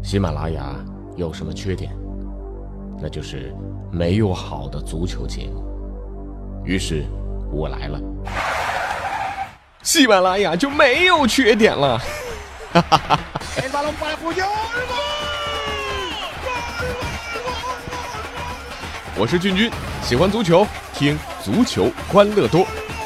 喜马拉雅有什么缺点？那就是没有好的足球节目。于是我来了，喜马拉雅就没有缺点了。我是俊君，喜欢足球，听足球欢乐多。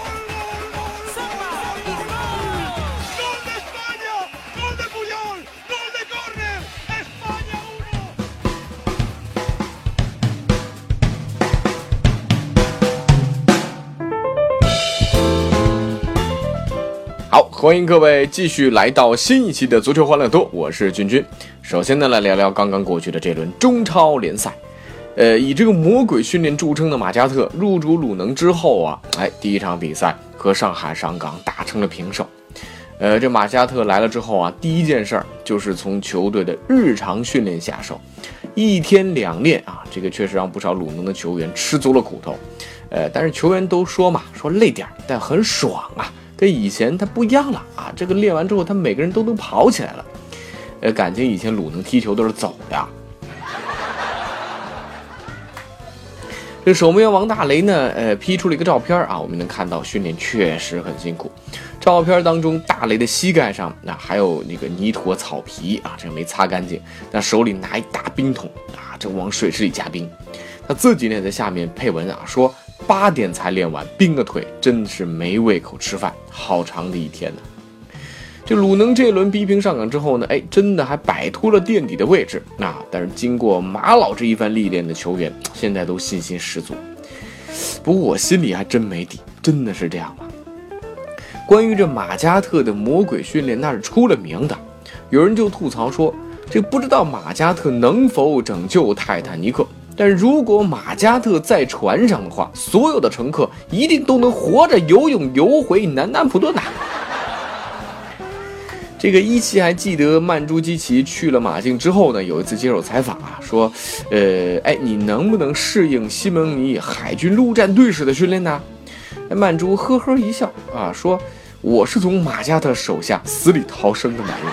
好，欢迎各位继续来到新一期的足球欢乐多，我是俊君。首先呢，来聊聊刚刚过去的这轮中超联赛。以这个魔鬼训练著称的马加特入主鲁能之后啊，第一场比赛和上海上港打成了平手。这马加特来了之后啊，第一件事儿就是从球队的日常训练下手，一天两练啊，这个确实让不少鲁能的球员吃足了苦头。但是球员都说累点，但很爽啊。跟以前他不一样了啊！这个练完之后，他每个人都能跑起来了。感觉以前鲁能踢球都是走的。这守门员王大雷呢，P 出了一个照片啊，我们能看到训练确实很辛苦。照片当中，大雷的膝盖上还有那个泥土草皮啊，这个没擦干净。那手里拿一大冰桶啊，这往水池里加冰。他自己呢在下面配文啊，说8点才练完，冰个腿，真是没胃口吃饭，好长的一天呢。这鲁能这轮逼平上港之后呢，真的还摆脱了垫底的位置。但是经过马老这一番历练的球员，现在都信心十足。不过我心里还真没底，真的是这样吗？关于这马加特的魔鬼训练，那是出了名的。有人就吐槽说，这不知道马加特能否拯救泰坦尼克。但如果马加特在船上的话，所有的乘客一定都能活着游泳游回南安普顿呐。这个一期还记得曼朱基奇去了马竞之后呢，有一次接受采访啊，说，你能不能适应西蒙尼海军陆战队式的训练呢？曼朱呵呵一笑啊，说我是从马加特手下死里逃生的男人。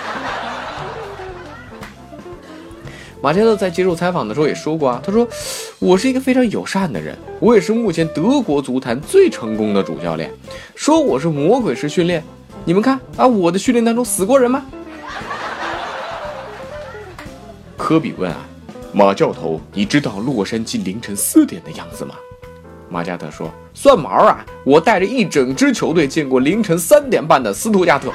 马加特在接受采访的时候也说过啊，他说我是一个非常友善的人，我也是目前德国足坛最成功的主教练。说我是魔鬼式训练，你们看啊，我的训练当中死过人吗？科比问啊，马教头，你知道洛杉矶凌晨4点的样子吗？马加特说，算毛啊，我带着一整支球队见过凌晨3点半的斯图加特。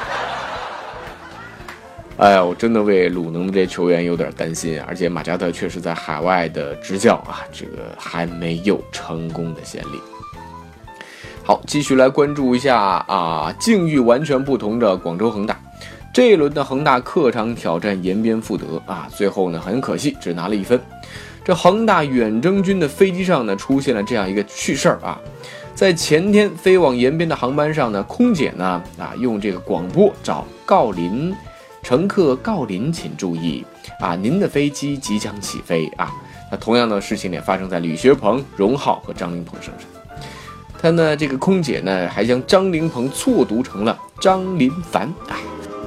我真的为鲁能的这些球员有点担心，而且马加特确实在海外的执教啊，这个还没有成功的先例。好，继续来关注一下啊，境遇完全不同的广州恒大。这一轮的恒大客场挑战延边富德啊，最后呢很可惜只拿了1分。这恒大远征军的飞机上呢出现了这样一个趣事儿啊，在前天飞往延边的航班上呢，空姐呢用这个广播找乘客郜林请注意啊，您的飞机即将起飞啊。那同样的事情也发生在吕学鹏、荣浩和张琳芃身上。他呢，这个空姐呢还将张琳芃错读成了张琳凡啊。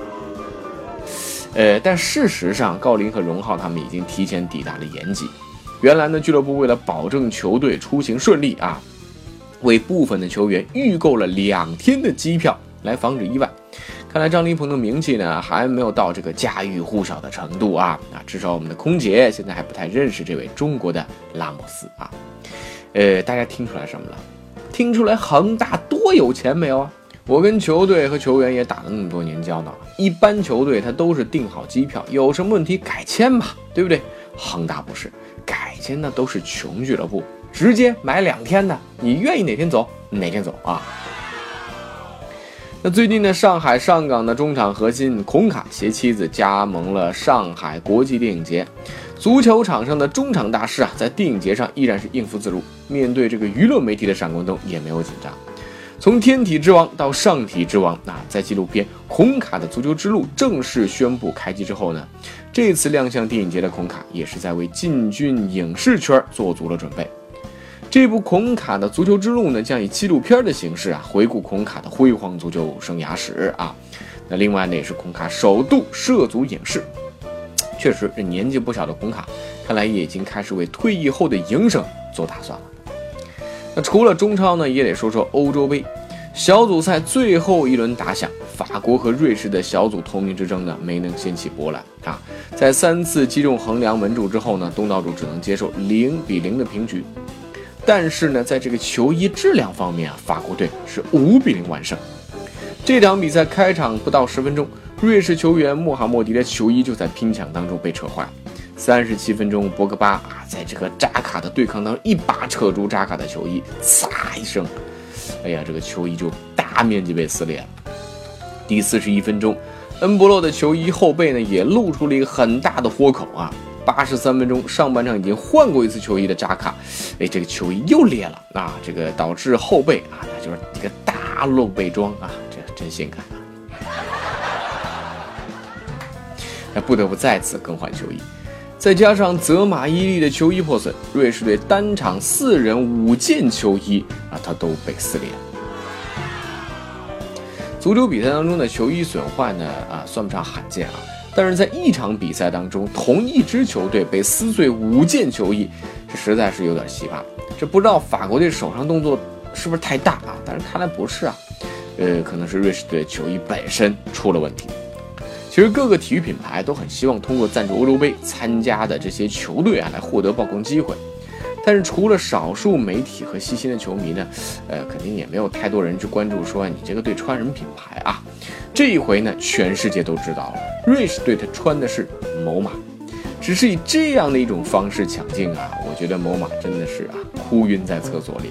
但事实上，郜林和荣浩他们已经提前抵达了延吉。原来呢，俱乐部为了保证球队出行顺利啊，为部分的球员预购了2天的机票，来防止意外。看来张琳芃的名气呢还没有到这个家喻户晓的程度啊，至少我们的空姐现在还不太认识这位中国的拉莫斯啊。大家听出来什么了？听出来恒大多有钱没有啊？我跟球队和球员也打了那么多年交道，一般球队他都是订好机票，有什么问题改签嘛，对不对？恒大不是，改签呢都是穷俱乐部，直接买2天的，你愿意哪天走哪天走啊。那最近呢，上海上港的中场核心孔卡携妻子加盟了上海国际电影节。足球场上的中场大师啊，在电影节上依然是应付自如，面对这个娱乐媒体的闪光灯也没有紧张。从天体之王到上体之王在纪录片《孔卡的足球之路》正式宣布开机之后呢，这次亮相电影节的孔卡也是在为进军影视圈做足了准备。这部孔卡的足球之路呢，将以纪录片的形式回顾孔卡的辉煌足球生涯史啊。那另外呢，也是孔卡首度涉足影视。 确实，这年纪不小的孔卡，看来也已经开始为退役后的营生做打算了。那除了中超呢，也得说说欧洲杯。小组赛最后一轮打响，法国和瑞士的小组头名之争呢，没能掀起波澜啊。在3次击中横梁门柱之后呢，东道主只能接受0-0的平局。但是呢，在这个球衣质量方面啊，法国队是5-0完胜。这场比赛开场不到10分钟，瑞士球员穆罕默迪的球衣就在拼抢当中被扯坏了。37分钟，博格巴在这个扎卡的对抗当中一把扯住扎卡的球衣，嚓一声，哎呀，这个球衣就大面积被撕裂了。第41分钟，恩波洛的球衣后背呢也露出了一个很大的豁口啊。83分钟，上半场已经换过一次球衣的扎卡，这个球衣又裂了啊，这个导致后背啊，那就是这个大露背装啊，这真性感啊。不得不再次更换球衣。再加上泽马伊利的球衣破损，瑞士队单场4人5件球衣它都被撕裂了。足球比赛当中的球衣损坏呢算不上罕见啊，但是在一场比赛当中，同一支球队被撕碎5件球衣，这实在是有点奇葩。这不知道法国队手上动作是不是太大啊？但是看来不是啊，可能是瑞士队球衣本身出了问题。其实各个体育品牌都很希望通过赞助欧洲杯参加的这些球队来获得曝光机会，但是除了少数媒体和细心的球迷呢，肯定也没有太多人去关注说你这个队穿什么品牌啊。这一回呢，全世界都知道了，瑞士队他穿的是某马，只是以这样的一种方式抢镜啊，我觉得某马真的是哭晕在厕所里。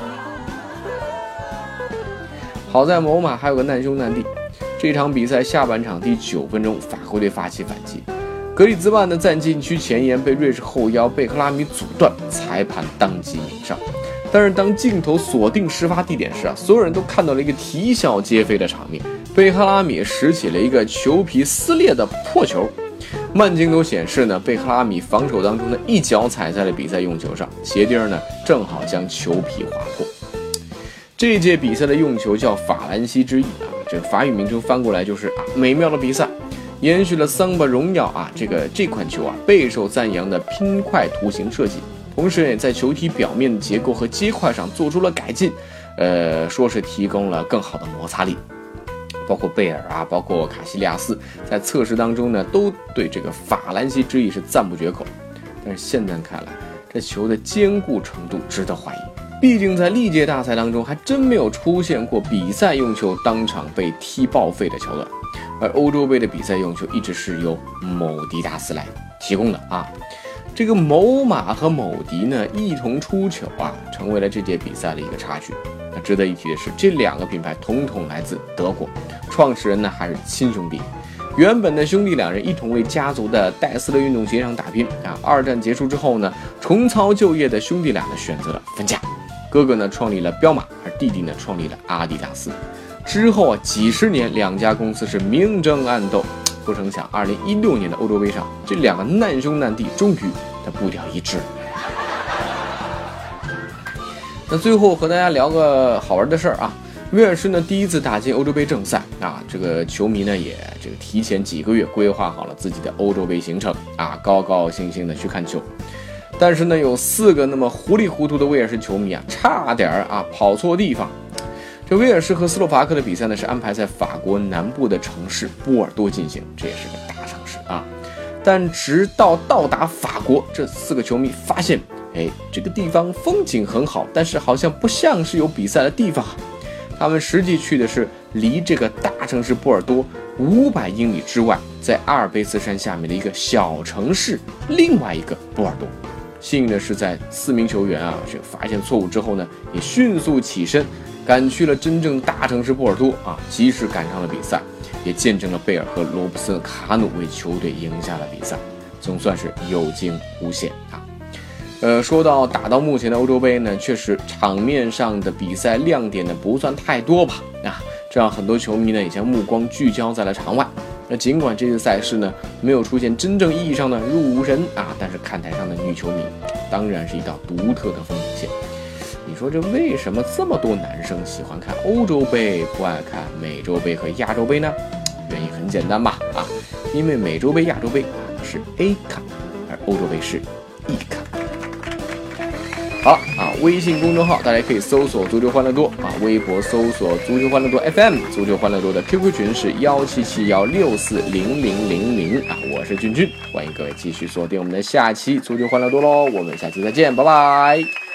好在某马还有个难兄难弟。这场比赛下半场第9分钟，法国队发起反击，格里兹曼的在禁区前沿被瑞士后腰贝克拉米阻断，裁判当即鸣哨。但是当镜头锁定事发地点时所有人都看到了一个啼笑皆非的场面，贝克拉米拾起了一个球皮撕裂的破球，慢镜头显示呢，贝克拉米防守当中呢一脚踩在了比赛用球上，鞋钉呢正好将球皮划破。这一届比赛的用球叫法兰西之翼这个法语名称翻过来就是美妙的比赛，延续了桑巴荣耀这款球备受赞扬的拼块图形设计，同时也在球体表面的结构和接块上做出了改进，说是提供了更好的摩擦力。包括贝尔包括卡西利亚斯在测试当中呢，都对这个法兰西之翼是赞不绝口。但是现在看来，这球的坚固程度值得怀疑。毕竟在历届大赛当中还真没有出现过比赛用球当场被踢报废的桥段，而欧洲杯的比赛用球一直是由某迪大师来提供的这个某马和某迪呢一同出球成为了这届比赛的一个插曲。那值得一提的是，这两个品牌统统来自德国，创始人呢还是亲兄弟。原本的兄弟两人一同为家族的戴斯勒运动鞋上打拼二战结束之后呢，重操旧业的兄弟俩呢选择了分家。哥哥呢创立了彪马，而弟弟呢创立了阿迪达斯。之后几十年两家公司是明争暗斗，不成想2016年的欧洲杯上，这两个难兄难弟终于的步调一致。那最后和大家聊个好玩的事儿威尔士呢第一次打进欧洲杯正赛这个球迷呢也这个提前几个月规划好了自己的欧洲杯行程高高兴兴的去看球。但是呢，有4个那么糊里糊涂的威尔士球迷差点跑错地方。这威尔士和斯洛伐克的比赛呢是安排在法国南部的城市波尔多进行，这也是个大城市但直到到达法国，这4个球迷发现，这个地方风景很好，但是好像不像是有比赛的地方。他们实际去的是离这个大城市波尔多500英里之外，在阿尔卑斯山下面的一个小城市，另外一个波尔多。幸运的是，在4名球员这个发现错误之后呢，也迅速起身赶去了真正大城市波尔多及时赶上了比赛，也见证了贝尔和罗布森卡努为球队赢下了比赛，总算是有惊无险说到打到目前的欧洲杯呢，确实场面上的比赛亮点呢不算太多吧这让很多球迷呢也将目光聚焦在了场外。那尽管这次赛事呢没有出现真正意义上的入无人但是看台上的女球迷当然是一道独特的风景线。你说这为什么这么多男生喜欢看欧洲杯，不爱看美洲杯和亚洲杯呢？原因很简单吧因为美洲杯、亚洲杯是 A 卡，而欧洲杯是 E 卡。好啊，微信公众号大家可以搜索足球欢乐多啊，微博搜索足球欢乐多 FM， 足球欢乐多的 QQ 群是1771640000啊，我是君君，欢迎各位继续锁定我们的下期足球欢乐多喽，我们下期再见，拜拜。